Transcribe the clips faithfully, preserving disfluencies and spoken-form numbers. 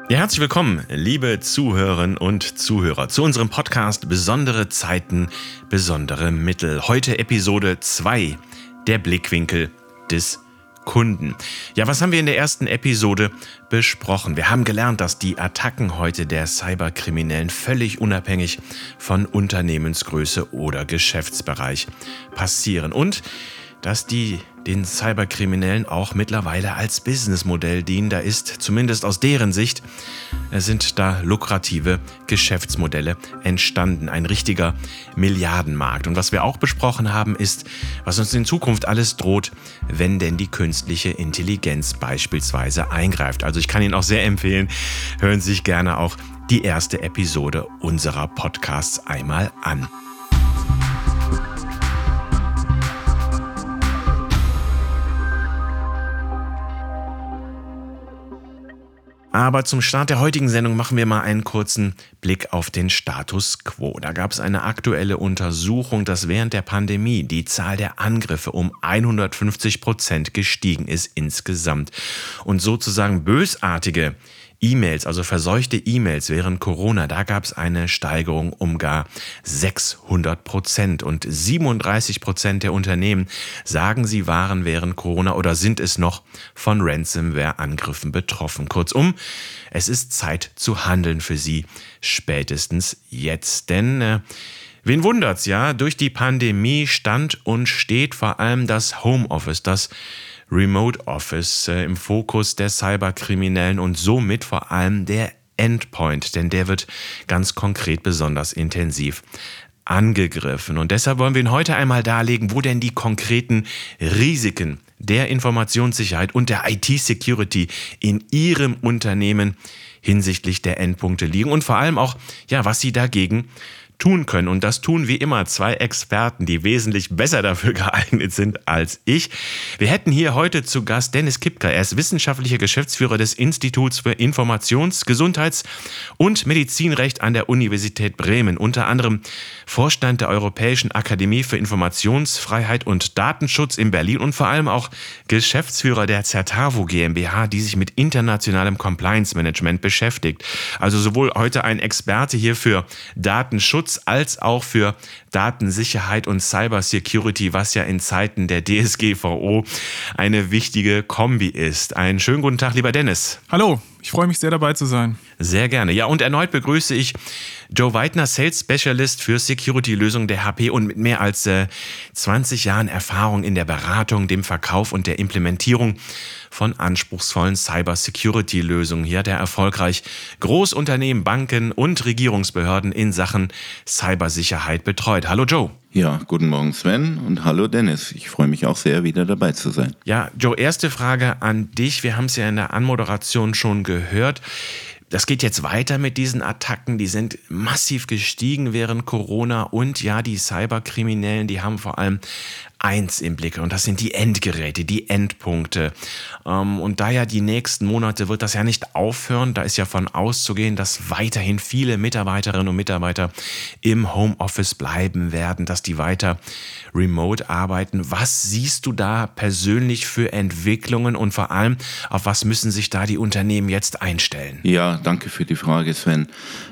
Ja, herzlich willkommen, liebe Zuhörerinnen und Zuhörer, zu unserem Podcast Besondere Zeiten, besondere Mittel. Heute Episode zwei, der Blickwinkel des Kunden. Ja, was haben wir in der ersten Episode besprochen? Wir haben gelernt, dass die Attacken heute der Cyberkriminellen völlig unabhängig von Unternehmensgröße oder Geschäftsbereich passieren und dass die den Cyberkriminellen auch mittlerweile als Businessmodell dienen. Da ist, zumindest aus deren Sicht, sind da lukrative Geschäftsmodelle entstanden. Ein richtiger Milliardenmarkt. Und was wir auch besprochen haben, ist, was uns in Zukunft alles droht, wenn denn die künstliche Intelligenz beispielsweise eingreift. Also ich kann Ihnen auch sehr empfehlen, hören Sie sich gerne auch die erste Episode unserer Podcasts einmal an. Aber zum Start der heutigen Sendung machen wir mal einen kurzen Blick auf den Status quo. Da gab es eine aktuelle Untersuchung, dass während der Pandemie die Zahl der Angriffe um hundertfünfzig Prozent gestiegen ist insgesamt. Und sozusagen bösartige E-Mails, also verseuchte E-Mails während Corona, da gab es eine Steigerung um gar sechshundert Prozent. Und siebenunddreißig Prozent der Unternehmen sagen, sie waren während Corona oder sind es noch von Ransomware-Angriffen betroffen. Kurzum, es ist Zeit zu handeln für sie, spätestens jetzt. Denn äh, wen wundert's, ja? Durch die Pandemie stand und steht vor allem das Homeoffice, das Remote Office äh, im Fokus der Cyberkriminellen und somit vor allem der Endpoint, denn der wird ganz konkret besonders intensiv angegriffen. Und deshalb wollen wir Ihnen heute einmal darlegen, wo denn die konkreten Risiken der Informationssicherheit und der I T-Security in Ihrem Unternehmen hinsichtlich der Endpunkte liegen und vor allem auch, ja, was Sie dagegen tun können. Und das tun wie immer zwei Experten, die wesentlich besser dafür geeignet sind als ich. Wir hätten hier heute zu Gast Dennis Kipka. Er ist wissenschaftlicher Geschäftsführer des Instituts für Informations-, Gesundheits- und Medizinrecht an der Universität Bremen. Unter anderem Vorstand der Europäischen Akademie für Informationsfreiheit und Datenschutz in Berlin und vor allem auch Geschäftsführer der Certavo GmbH, die sich mit internationalem Compliance-Management beschäftigt. Also sowohl heute ein Experte hier für Datenschutz als auch für Datensicherheit und Cybersecurity, was ja in Zeiten der D S G V O eine wichtige Kombi ist. Einen schönen guten Tag, lieber Dennis. Hallo, ich freue mich sehr, dabei zu sein. Sehr gerne. Ja, und erneut begrüße ich Joe Weidner, Sales Specialist für Security-Lösungen der H P und mit mehr als äh, zwanzig Jahren Erfahrung in der Beratung, dem Verkauf und der Implementierung von anspruchsvollen Cyber-Security-Lösungen. Hier hat er erfolgreich Großunternehmen, Banken und Regierungsbehörden in Sachen Cybersicherheit betreut. Hallo Joe. Ja, guten Morgen Sven und hallo Dennis. Ich freue mich auch sehr, wieder dabei zu sein. Ja, Joe, erste Frage an dich. Wir haben es ja in der Anmoderation schon gehört. Das geht jetzt weiter mit diesen Attacken, die sind massiv gestiegen während Corona und ja, die Cyberkriminellen, die haben vor allem eins im Blick und das sind die Endgeräte, die Endpunkte. Und da ja die nächsten Monate wird das ja nicht aufhören, da ist ja von auszugehen, dass weiterhin viele Mitarbeiterinnen und Mitarbeiter im Homeoffice bleiben werden, dass die weiter remote arbeiten. Was siehst du da persönlich für Entwicklungen und vor allem, auf was müssen sich da die Unternehmen jetzt einstellen? Ja, danke für die Frage, Sven.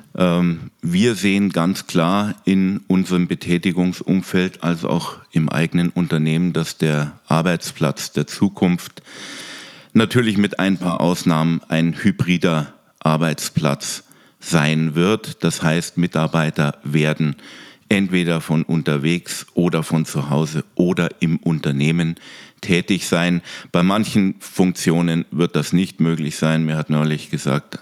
Ähm, wir sehen ganz klar in unserem Betätigungsumfeld, als auch im eigenen Unternehmen, dass der Arbeitsplatz der Zukunft natürlich mit ein paar Ausnahmen ein hybrider Arbeitsplatz sein wird. Das heißt, Mitarbeiter werden entweder von unterwegs oder von zu Hause oder im Unternehmen tätig sein. Bei manchen Funktionen wird das nicht möglich sein. Mir hat neulich gesagt,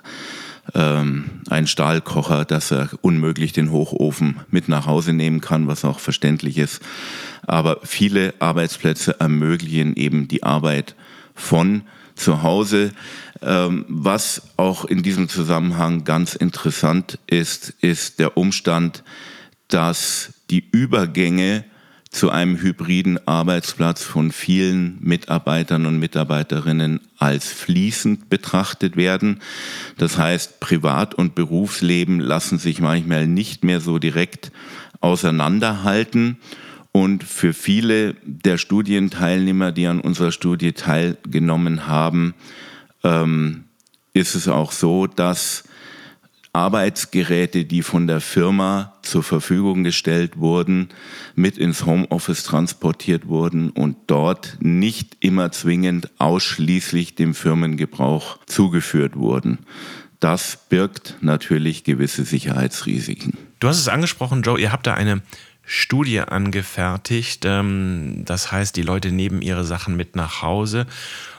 ähm, ein Stahlkocher, dass er unmöglich den Hochofen mit nach Hause nehmen kann, was auch verständlich ist. Aber viele Arbeitsplätze ermöglichen eben die Arbeit von zu Hause. Ähm, was auch in diesem Zusammenhang ganz interessant ist, ist der Umstand, dass die Übergänge zu einem hybriden Arbeitsplatz von vielen Mitarbeitern und Mitarbeiterinnen als fließend betrachtet werden. Das heißt, Privat- und Berufsleben lassen sich manchmal nicht mehr so direkt auseinanderhalten. Und für viele der Studienteilnehmer, die an unserer Studie teilgenommen haben, ähm, ist es auch so, dass Arbeitsgeräte, die von der Firma zur Verfügung gestellt wurden, mit ins Homeoffice transportiert wurden und dort nicht immer zwingend ausschließlich dem Firmengebrauch zugeführt wurden. Das birgt natürlich gewisse Sicherheitsrisiken. Du hast es angesprochen, Joe, ihr habt da eine Studie angefertigt. Das heißt, die Leute nehmen ihre Sachen mit nach Hause.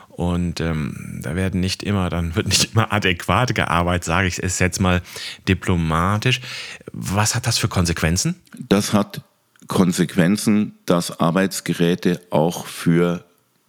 Und ähm, da werden nicht immer, dann wird nicht immer adäquat gearbeitet, sage ich es jetzt mal diplomatisch. Was hat das für Konsequenzen? Das hat Konsequenzen, dass Arbeitsgeräte auch für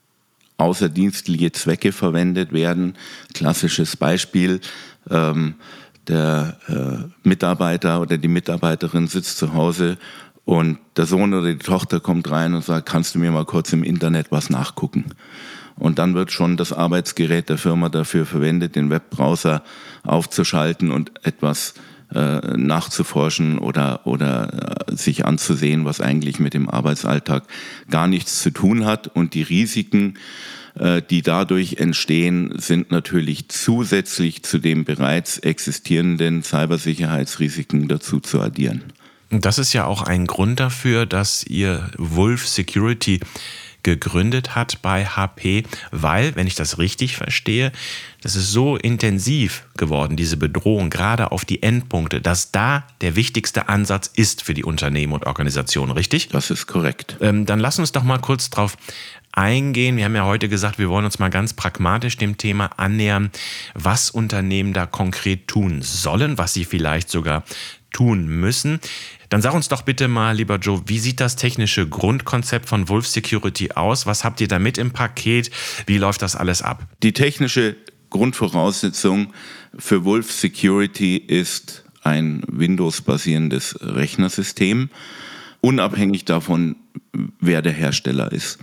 außerdienstliche Zwecke verwendet werden. Klassisches Beispiel, ähm, der äh, Mitarbeiter oder die Mitarbeiterin sitzt zu Hause und der Sohn oder die Tochter kommt rein und sagt, kannst du mir mal kurz im Internet was nachgucken? Und dann wird schon das Arbeitsgerät der Firma dafür verwendet, den Webbrowser aufzuschalten und etwas äh, nachzuforschen oder, oder äh, sich anzusehen, was eigentlich mit dem Arbeitsalltag gar nichts zu tun hat. Und die Risiken, äh, die dadurch entstehen, sind natürlich zusätzlich zu den bereits existierenden Cybersicherheitsrisiken dazu zu addieren. Das ist ja auch ein Grund dafür, dass ihr Wolf Security gegründet hat bei H P, weil, wenn ich das richtig verstehe, das ist so intensiv geworden, diese Bedrohung, gerade auf die Endpunkte, dass da der wichtigste Ansatz ist für die Unternehmen und Organisationen, richtig? Das ist korrekt. Ähm, dann lass uns doch mal kurz drauf eingehen. Wir haben ja heute gesagt, wir wollen uns mal ganz pragmatisch dem Thema annähern, was Unternehmen da konkret tun sollen, was sie vielleicht sogar tun müssen. Dann sag uns doch bitte mal, lieber Joe, wie sieht das technische Grundkonzept von Wolf Security aus? Was habt ihr da mit im Paket? Wie läuft das alles ab? Die technische Grundvoraussetzung für Wolf Security ist ein Windows-basierendes Rechnersystem, unabhängig davon, wer der Hersteller ist.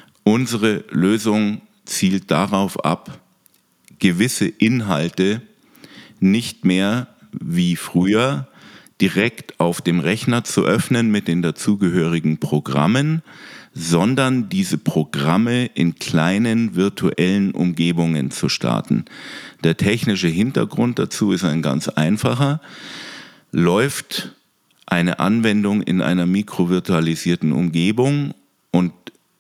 Unsere Lösung zielt darauf ab, gewisse Inhalte nicht mehr wie früher direkt auf dem Rechner zu öffnen mit den dazugehörigen Programmen, sondern diese Programme in kleinen virtuellen Umgebungen zu starten. Der technische Hintergrund dazu ist ein ganz einfacher. Läuft eine Anwendung in einer mikrovirtualisierten Umgebung und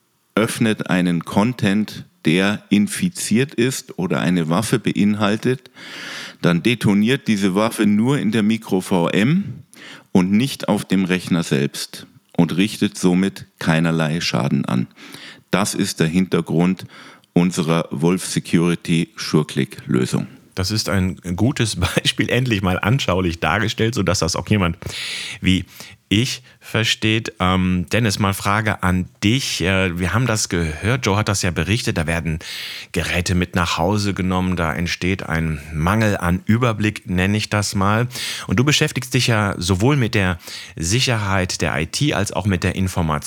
öffnet einen Content, der infiziert ist oder eine Waffe beinhaltet, dann detoniert diese Waffe nur in der Mikro-V M und nicht auf dem Rechner selbst und richtet somit keinerlei Schaden an. Das ist der Hintergrund unserer Wolf Security SureClick-Lösung. Das ist ein gutes Beispiel, endlich mal anschaulich dargestellt, sodass das auch jemand wie ich versteht. Ähm, Dennis, mal Frage an dich. Äh, wir haben das gehört, Joe hat das ja berichtet, da werden Geräte mit nach Hause genommen, da entsteht ein Mangel an Überblick, nenne ich das mal. Und du beschäftigst dich ja sowohl mit der Sicherheit der I T als auch mit der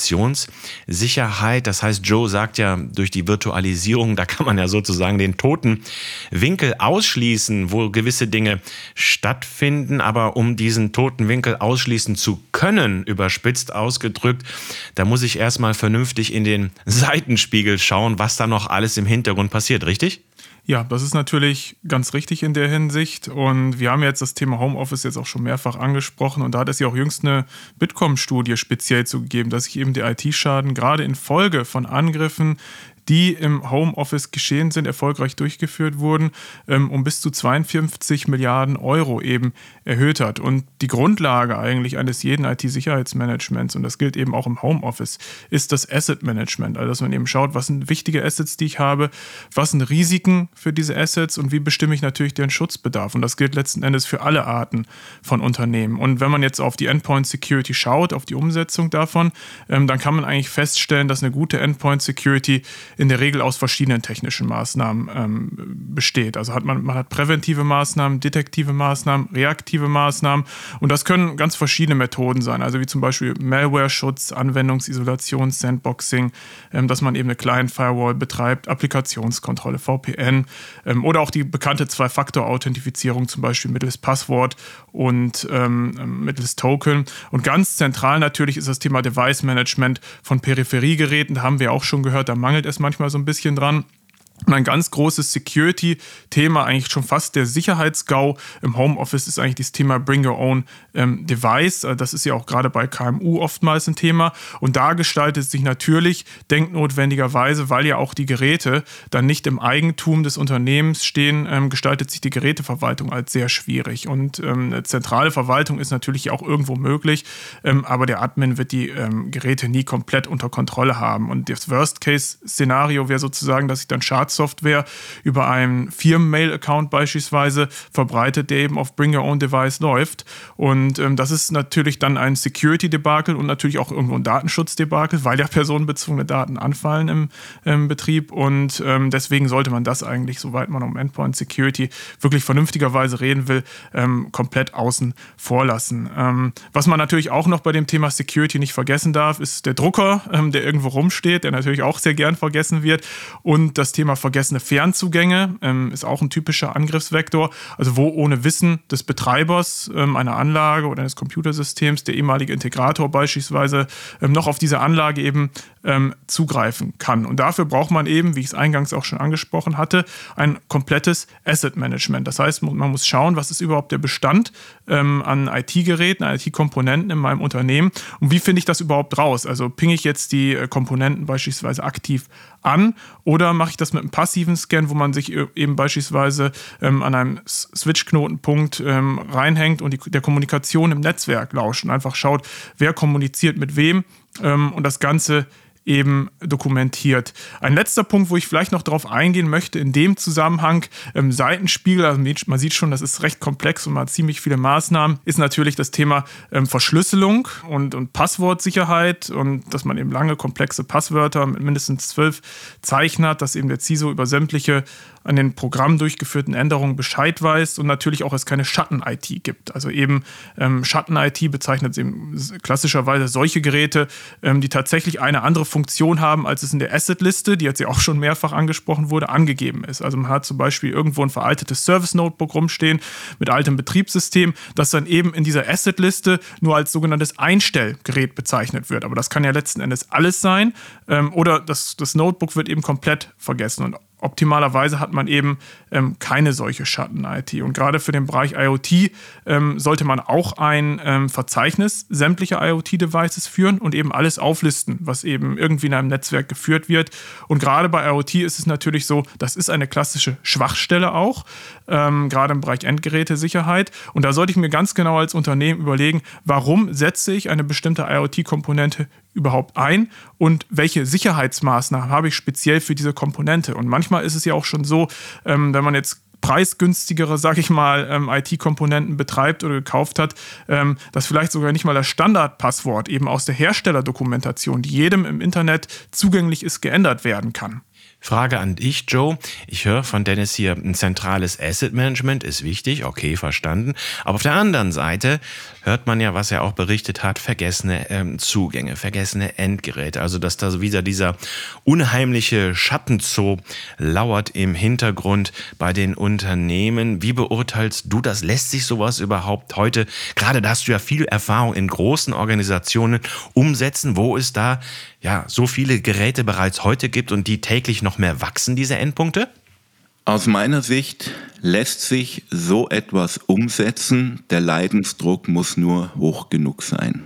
Informationssicherheit. Das heißt, Joe sagt ja, durch die Virtualisierung, da kann man ja sozusagen den toten Winkel ausschließen, wo gewisse Dinge stattfinden. Aber um diesen toten Winkel ausschließen zu können, überspitzt ausgedrückt, da muss ich erstmal vernünftig in den Seitenspiegel schauen, was da noch alles im Hintergrund passiert, richtig? Ja, das ist natürlich ganz richtig in der Hinsicht und wir haben jetzt das Thema Homeoffice jetzt auch schon mehrfach angesprochen und da hat es ja auch jüngst eine Bitkom-Studie speziell zugegeben, dass sich eben der I T-Schaden gerade infolge von Angriffen, die im Homeoffice geschehen sind, erfolgreich durchgeführt wurden, um bis zu zweiundfünfzig Milliarden Euro eben erhöht hat. Und die Grundlage eigentlich eines jeden I T-Sicherheitsmanagements, und das gilt eben auch im Homeoffice, ist das Asset Management. Also dass man eben schaut, was sind wichtige Assets, die ich habe, was sind Risiken für diese Assets und wie bestimme ich natürlich deren Schutzbedarf. Und das gilt letzten Endes für alle Arten von Unternehmen. Und wenn man jetzt auf die Endpoint Security schaut, auf die Umsetzung davon, dann kann man eigentlich feststellen, dass eine gute Endpoint Security in der Regel aus verschiedenen technischen Maßnahmen ähm, besteht. Also hat man, man hat präventive Maßnahmen, detektive Maßnahmen, reaktive Maßnahmen und das können ganz verschiedene Methoden sein, also wie zum Beispiel Malware-Schutz, Anwendungsisolation, Sandboxing, ähm, dass man eben eine Client-Firewall betreibt, Applikationskontrolle, V P N ähm, oder auch die bekannte Zwei-Faktor-Authentifizierung, zum Beispiel mittels Passwort und ähm, mittels Token. Und ganz zentral natürlich ist das Thema Device-Management von Peripheriegeräten, da haben wir auch schon gehört, da mangelt es manchmal so ein bisschen dran. Und ein ganz großes Security-Thema, eigentlich schon fast der Sicherheits-GAU im Homeoffice, ist eigentlich das Thema Bring Your Own ähm, Device. Das ist ja auch gerade bei K M U oftmals ein Thema. Und da gestaltet sich natürlich denknotwendigerweise, weil ja auch die Geräte dann nicht im Eigentum des Unternehmens stehen, ähm, gestaltet sich die Geräteverwaltung als sehr schwierig. Und ähm, eine zentrale Verwaltung ist natürlich auch irgendwo möglich, ähm, aber der Admin wird die ähm, Geräte nie komplett unter Kontrolle haben. Und das Worst-Case-Szenario wäre sozusagen, dass ich dann Schadsoftware über einen Firmen-Mail-Account beispielsweise verbreitet, der eben auf Bring Your Own Device läuft. Und ähm, das ist natürlich dann ein Security-Debakel und natürlich auch irgendwo ein Datenschutzdebakel, weil ja personenbezogene Daten anfallen im, im Betrieb. Und ähm, deswegen sollte man das eigentlich, soweit man um Endpoint Security wirklich vernünftigerweise reden will, ähm, komplett außen vor lassen. Ähm, was man natürlich auch noch bei dem Thema Security nicht vergessen darf, ist der Drucker, ähm, der irgendwo rumsteht, der natürlich auch sehr gern vergessen wird. Und das Thema vergessene Fernzugänge ähm, ist auch ein typischer Angriffsvektor, also wo ohne Wissen des Betreibers ähm, einer Anlage oder eines Computersystems der ehemalige Integrator beispielsweise ähm, noch auf diese Anlage eben ähm, zugreifen kann. Und dafür braucht man eben, wie ich es eingangs auch schon angesprochen hatte, ein komplettes Asset Management. Das heißt, man muss schauen, was ist überhaupt der Bestand ähm, an I T-Geräten, I T-Komponenten in meinem Unternehmen und wie finde ich das überhaupt raus? Also pinge ich jetzt die äh, Komponenten beispielsweise aktiv an oder mache ich das mit einem passiven Scan, wo man sich eben beispielsweise ähm, an einem Switch-Knotenpunkt ähm, reinhängt und die, der Kommunikation im Netzwerk lauscht und einfach schaut, wer kommuniziert mit wem ähm, und das Ganze eben dokumentiert. Ein letzter Punkt, wo ich vielleicht noch darauf eingehen möchte, in dem Zusammenhang, ähm, Seitenspiegel, also man sieht schon, das ist recht komplex und man hat ziemlich viele Maßnahmen, ist natürlich das Thema ähm, Verschlüsselung und, und Passwortsicherheit und dass man eben lange komplexe Passwörter mit mindestens zwölf Zeichen hat, dass eben der C I S O über sämtliche an den Programm durchgeführten Änderungen Bescheid weiß und natürlich auch es keine Schatten-I T gibt. Also eben ähm, Schatten-I T bezeichnet eben klassischerweise solche Geräte, ähm, die tatsächlich eine andere Funktion haben, als es in der Asset-Liste, die jetzt ja auch schon mehrfach angesprochen wurde, angegeben ist. Also man hat zum Beispiel irgendwo ein veraltetes Service-Notebook rumstehen mit altem Betriebssystem, das dann eben in dieser Asset-Liste nur als sogenanntes Einstellgerät bezeichnet wird. Aber das kann ja letzten Endes alles sein. Ähm, oder das, das Notebook wird eben komplett vergessen. Und optimalerweise hat man eben ähm, keine solche Schatten-I T. Und gerade für den Bereich IoT ähm, sollte man auch ein ähm, Verzeichnis sämtlicher IoT-Devices führen und eben alles auflisten, was eben irgendwie in einem Netzwerk geführt wird. Und gerade bei IoT ist es natürlich so, das ist eine klassische Schwachstelle auch, ähm, gerade im Bereich Endgerätesicherheit. Und da sollte ich mir ganz genau als Unternehmen überlegen, warum setze ich eine bestimmte IoT-Komponente überhaupt ein und welche Sicherheitsmaßnahmen habe ich speziell für diese Komponente. Und manchmal ist es ja auch schon so, ähm, wenn man jetzt preisgünstigere, sag ich mal, ähm, I T-Komponenten betreibt oder gekauft hat, ähm, dass vielleicht sogar nicht mal das Standardpasswort eben aus der Herstellerdokumentation, die jedem im Internet zugänglich ist, geändert werden kann. Frage an dich, Joe. Ich höre von Dennis hier, ein zentrales Asset Management ist wichtig, okay, verstanden. Aber auf der anderen Seite hört man ja, was er auch berichtet hat, vergessene ähm, Zugänge, vergessene Endgeräte. Also, dass da wieder dieser unheimliche Schattenzoo lauert im Hintergrund bei den Unternehmen. Wie beurteilst du das? Lässt sich sowas überhaupt heute, gerade da hast du ja viel Erfahrung in großen Organisationen, umsetzen, wo es da ja so viele Geräte bereits heute gibt und die täglich noch mehr wachsen, diese Endpunkte? Aus meiner Sicht lässt sich so etwas umsetzen. Der Leidensdruck muss nur hoch genug sein.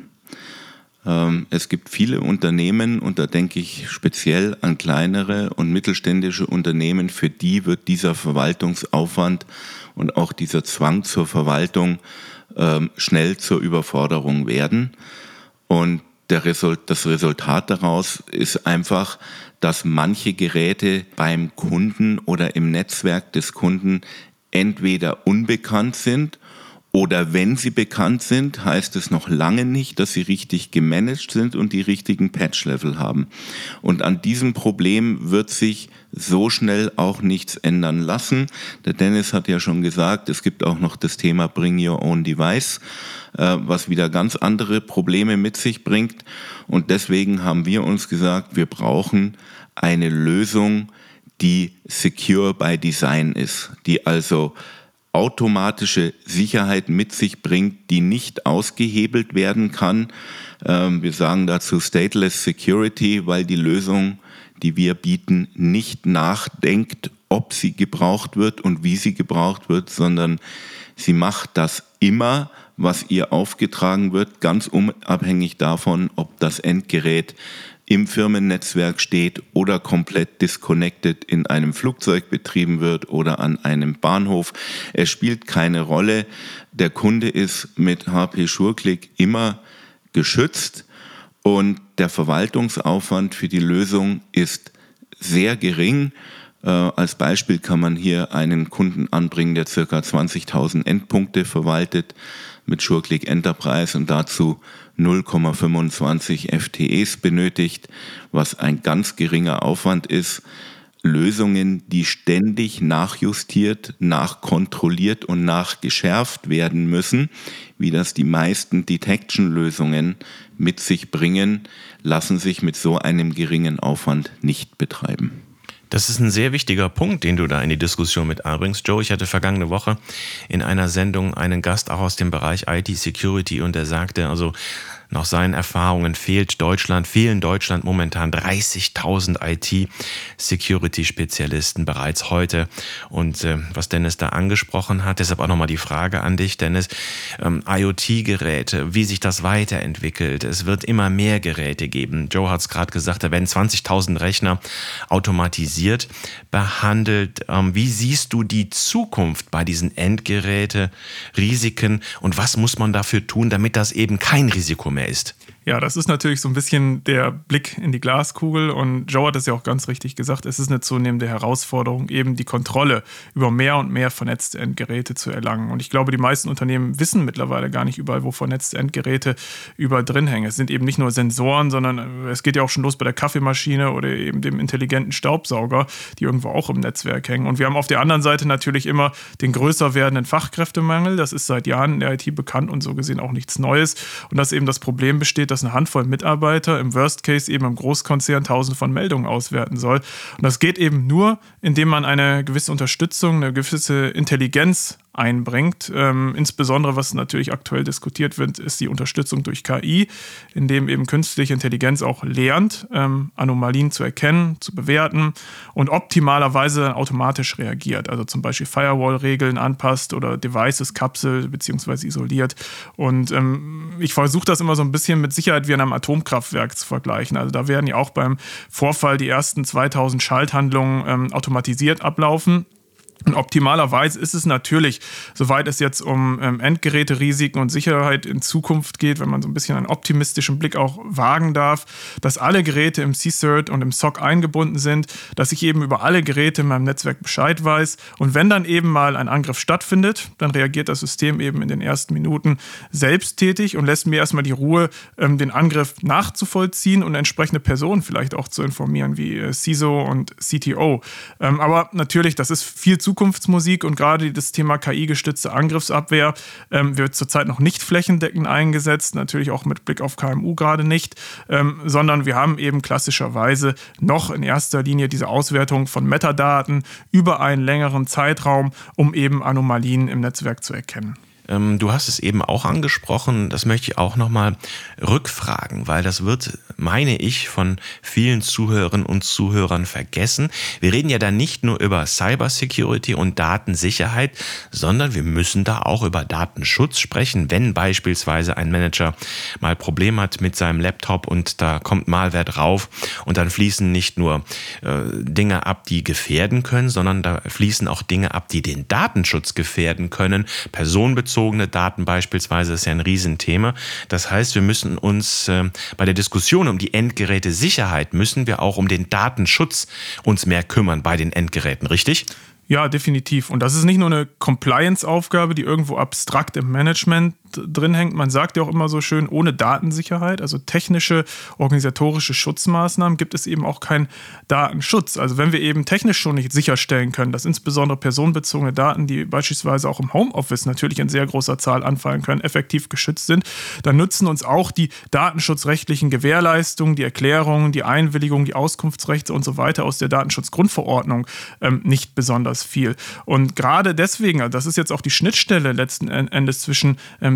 Ähm, es gibt viele Unternehmen, und da denke ich speziell an kleinere und mittelständische Unternehmen, für die wird dieser Verwaltungsaufwand und auch dieser Zwang zur Verwaltung ähm, schnell zur Überforderung werden. Und der Result, das Resultat daraus ist einfach, dass manche Geräte beim Kunden oder im Netzwerk des Kunden entweder unbekannt sind oder wenn sie bekannt sind, heißt es noch lange nicht, dass sie richtig gemanagt sind und die richtigen Patch-Level haben. Und an diesem Problem wird sich so schnell auch nichts ändern lassen. Der Dennis hat ja schon gesagt, es gibt auch noch das Thema Bring Your Own Device, was wieder ganz andere Probleme mit sich bringt. Und deswegen haben wir uns gesagt, wir brauchen eine Lösung, die secure by design ist, die also automatische Sicherheit mit sich bringt, die nicht ausgehebelt werden kann. Wir sagen dazu Stateless Security, weil die Lösung, die wir bieten, nicht nachdenkt, ob sie gebraucht wird und wie sie gebraucht wird, sondern sie macht das immer, was ihr aufgetragen wird, ganz unabhängig davon, ob das Endgerät im Firmennetzwerk steht oder komplett disconnected in einem Flugzeug betrieben wird oder an einem Bahnhof. Es spielt keine Rolle. Der Kunde ist mit H P SureClick immer geschützt und der Verwaltungsaufwand für die Lösung ist sehr gering. Äh, als Beispiel kann man hier einen Kunden anbringen, der ca. zwanzigtausend Endpunkte verwaltet mit SureClick Enterprise und dazu null Komma fünfundzwanzig F T Es benötigt, was ein ganz geringer Aufwand ist. Lösungen, die ständig nachjustiert, nachkontrolliert und nachgeschärft werden müssen, wie das die meisten Detection-Lösungen mit sich bringen, lassen sich mit so einem geringen Aufwand nicht betreiben. Das ist ein sehr wichtiger Punkt, den du da in die Diskussion mit einbringst, Joe. Ich hatte vergangene Woche in einer Sendung einen Gast auch aus dem Bereich I T-Security und der sagte, also nach seinen Erfahrungen fehlt Deutschland, fehlen Deutschland momentan dreißigtausend I T-Security-Spezialisten bereits heute. Und äh, was Dennis da angesprochen hat, deshalb auch nochmal die Frage an dich, Dennis, ähm, IoT-Geräte, wie sich das weiterentwickelt. Es wird immer mehr Geräte geben. Joe hat es gerade gesagt, da werden zwanzigtausend Rechner automatisiert behandelt. Ähm, wie siehst du die Zukunft bei diesen Endgeräte, Risiken und was muss man dafür tun, damit das eben kein Risiko mehr ist? Ja, das ist natürlich so ein bisschen der Blick in die Glaskugel und Joe hat es ja auch ganz richtig gesagt, es ist eine zunehmende Herausforderung, eben die Kontrolle über mehr und mehr vernetzte Endgeräte zu erlangen. Und ich glaube, die meisten Unternehmen wissen mittlerweile gar nicht überall, wo vernetzte Endgeräte überall drin hängen. Es sind eben nicht nur Sensoren, sondern es geht ja auch schon los bei der Kaffeemaschine oder eben dem intelligenten Staubsauger, die irgendwo auch im Netzwerk hängen. Und wir haben auf der anderen Seite natürlich immer den größer werdenden Fachkräftemangel. Das ist seit Jahren in der I T bekannt und so gesehen auch nichts Neues. Und dass eben das Problem besteht, dass eine Handvoll Mitarbeiter im Worst Case eben im Großkonzern tausende von Meldungen auswerten soll. Und das geht eben nur, indem man eine gewisse Unterstützung, eine gewisse Intelligenz einbringt. Ähm, insbesondere, was natürlich aktuell diskutiert wird, ist die Unterstützung durch K I, indem eben künstliche Intelligenz auch lernt, ähm, Anomalien zu erkennen, zu bewerten und optimalerweise automatisch reagiert. Also zum Beispiel Firewall-Regeln anpasst oder Devices kapselt bzw. isoliert. Und ähm, ich versuche das immer so ein bisschen mit Sicherheit wie an einem Atomkraftwerk zu vergleichen. Also da werden ja auch beim Vorfall die ersten zweitausend Schalthandlungen ähm, automatisiert ablaufen. Und optimalerweise ist es natürlich, soweit es jetzt um ähm, Endgeräte-Risiken und Sicherheit in Zukunft geht, wenn man so ein bisschen einen optimistischen Blick auch wagen darf, dass alle Geräte im C-Cert und im S O C eingebunden sind, dass ich eben über alle Geräte in meinem Netzwerk Bescheid weiß. Und wenn dann eben mal ein Angriff stattfindet, dann reagiert das System eben in den ersten Minuten selbsttätig und lässt mir erstmal die Ruhe, ähm, den Angriff nachzuvollziehen und entsprechende Personen vielleicht auch zu informieren, wie äh, C I S O und C T O. Ähm, aber natürlich, das ist viel zu Zukunftsmusik und gerade das Thema K I-gestützte Angriffsabwehr ähm, wird zurzeit noch nicht flächendeckend eingesetzt, natürlich auch mit Blick auf K M U gerade nicht, ähm, sondern wir haben eben klassischerweise noch in erster Linie diese Auswertung von Metadaten über einen längeren Zeitraum, um eben Anomalien im Netzwerk zu erkennen. Du hast es eben auch angesprochen, das möchte ich auch nochmal rückfragen, weil das wird, meine ich, von vielen Zuhörerinnen und Zuhörern vergessen. Wir reden ja da nicht nur über Cybersecurity und Datensicherheit, sondern wir müssen da auch über Datenschutz sprechen, wenn beispielsweise ein Manager mal Probleme hat mit seinem Laptop und da kommt Malware drauf und dann fließen nicht nur äh, Dinge ab, die gefährden können, sondern da fließen auch Dinge ab, die den Datenschutz gefährden können, personenbezogene Daten beispielsweise ist ja ein Riesenthema. Das heißt, wir müssen uns äh, bei der Diskussion um die Endgeräte-Sicherheit müssen wir auch um den Datenschutz uns mehr kümmern bei den Endgeräten, richtig? Ja, definitiv. Und das ist nicht nur eine Compliance-Aufgabe, die irgendwo abstrakt im Management drin hängt. Man sagt ja auch immer so schön, ohne Datensicherheit, also technische, organisatorische Schutzmaßnahmen, gibt es eben auch keinen Datenschutz. Also wenn wir eben technisch schon nicht sicherstellen können, dass insbesondere personenbezogene Daten, die beispielsweise auch im Homeoffice natürlich in sehr großer Zahl anfallen können, effektiv geschützt sind, dann nützen uns auch die datenschutzrechtlichen Gewährleistungen, die Erklärungen, die Einwilligung, die Auskunftsrechte und so weiter aus der Datenschutzgrundverordnung ähm, nicht besonders viel. Und gerade deswegen, das ist jetzt auch die Schnittstelle letzten Endes zwischen ähm,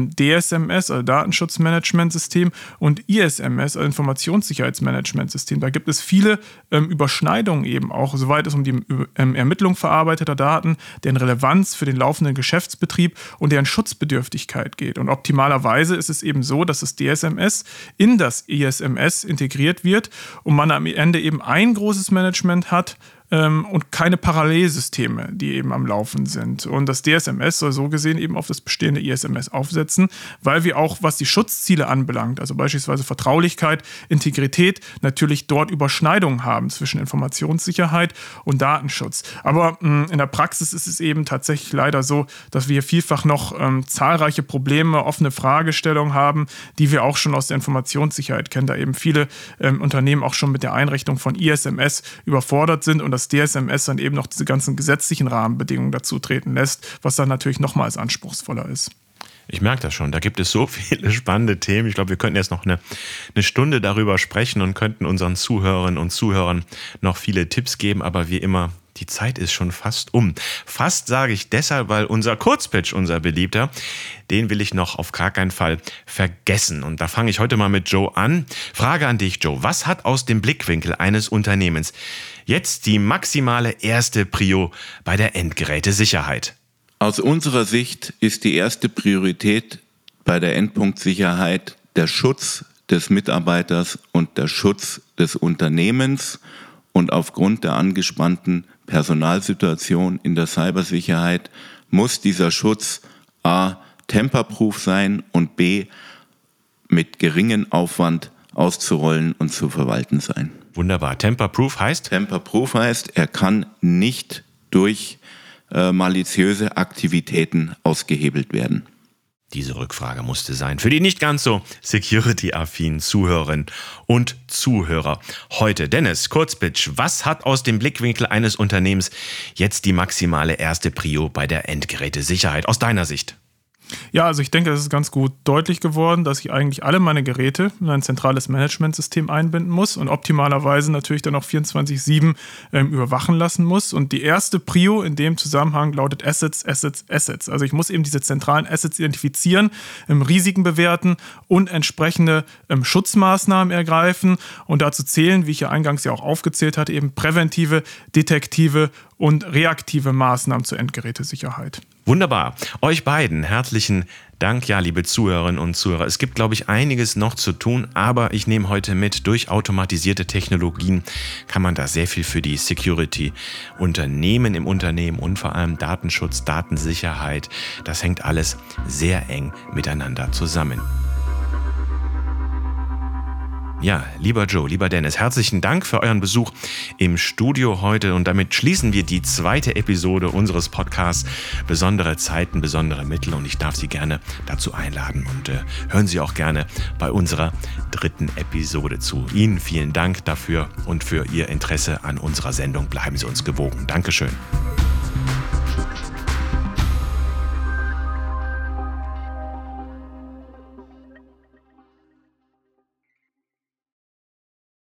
ähm, D S M S, also Datenschutzmanagementsystem, und I S M S, also Informationssicherheitsmanagementsystem. Da gibt es viele ähm, Überschneidungen eben auch, soweit es um die ähm, Ermittlung verarbeiteter Daten, deren Relevanz für den laufenden Geschäftsbetrieb und deren Schutzbedürftigkeit geht. Und optimalerweise ist es eben so, dass das D S M S in das I S M S integriert wird und man am Ende eben ein großes Management hat, ähm, und keine Parallelsysteme, die eben am Laufen sind. Und das D S M S soll so gesehen eben auf das bestehende I S M S aufsetzen, weil wir auch, was die Schutzziele anbelangt, also beispielsweise Vertraulichkeit, Integrität, natürlich dort Überschneidungen haben zwischen Informationssicherheit und Datenschutz. Aber mh, in der Praxis ist es eben tatsächlich leider so, dass wir vielfach noch ähm, zahlreiche Probleme, offene Fragestellungen haben, die wir auch schon aus der Informationssicherheit kennen, da eben viele ähm, Unternehmen auch schon mit der Einrichtung von I S M S überfordert sind und das D S M S dann eben noch diese ganzen gesetzlichen Rahmenbedingungen dazu treten lässt, was dann natürlich nochmals anspruchsvoller ist. Ich merke das schon, da gibt es so viele spannende Themen. Ich glaube, wir könnten jetzt noch eine, eine Stunde darüber sprechen und könnten unseren Zuhörerinnen und Zuhörern noch viele Tipps geben, aber wie immer, die Zeit ist schon fast um. Fast sage ich deshalb, weil unser Kurzpitch, unser beliebter, den will ich noch auf gar keinen Fall vergessen. Und da fange ich heute mal mit Joe an. Frage an dich, Joe. Was hat aus dem Blickwinkel eines Unternehmens jetzt die maximale erste Prio bei der Endgerätesicherheit? Aus unserer Sicht ist die erste Priorität bei der Endpunktsicherheit der Schutz des Mitarbeiters und der Schutz des Unternehmens. Und aufgrund der angespannten Personalsituation in der Cybersicherheit muss dieser Schutz a. temperproof sein und b. mit geringem Aufwand auszurollen und zu verwalten sein. Wunderbar. Temperproof heißt? Temperproof heißt, er kann nicht durch äh, maliziöse Aktivitäten ausgehebelt werden. Diese Rückfrage musste sein. Für die nicht ganz so security-affinen Zuhörerinnen und Zuhörer heute. Dennis, Kurzpitch, was hat aus dem Blickwinkel eines Unternehmens jetzt die maximale erste Prio bei der Endgerätesicherheit aus deiner Sicht? Ja, also ich denke, es ist ganz gut deutlich geworden, dass ich eigentlich alle meine Geräte in ein zentrales Managementsystem einbinden muss und optimalerweise natürlich dann auch vierundzwanzig sieben ähm, überwachen lassen muss. Und die erste Prio in dem Zusammenhang lautet Assets, Assets, Assets. Also ich muss eben diese zentralen Assets identifizieren, ähm, Risiken bewerten und entsprechende ähm, Schutzmaßnahmen ergreifen. Und dazu zählen, wie ich ja eingangs ja auch aufgezählt hatte, eben präventive, detektive und reaktive Maßnahmen zur Endgerätesicherheit. Wunderbar. Euch beiden herzlichen Dank, ja, liebe Zuhörerinnen und Zuhörer. Es gibt, glaube ich, einiges noch zu tun, aber ich nehme heute mit, durch automatisierte Technologien kann man da sehr viel für die Security-Unternehmen im Unternehmen und vor allem Datenschutz, Datensicherheit. Das hängt alles sehr eng miteinander zusammen. Ja, lieber Joe, lieber Dennis, herzlichen Dank für euren Besuch im Studio heute und damit schließen wir die zweite Episode unseres Podcasts Besondere Zeiten, besondere Mittel und ich darf Sie gerne dazu einladen und äh, hören Sie auch gerne bei unserer dritten Episode zu. Ihnen vielen Dank dafür und für Ihr Interesse an unserer Sendung. Bleiben Sie uns gewogen. Dankeschön.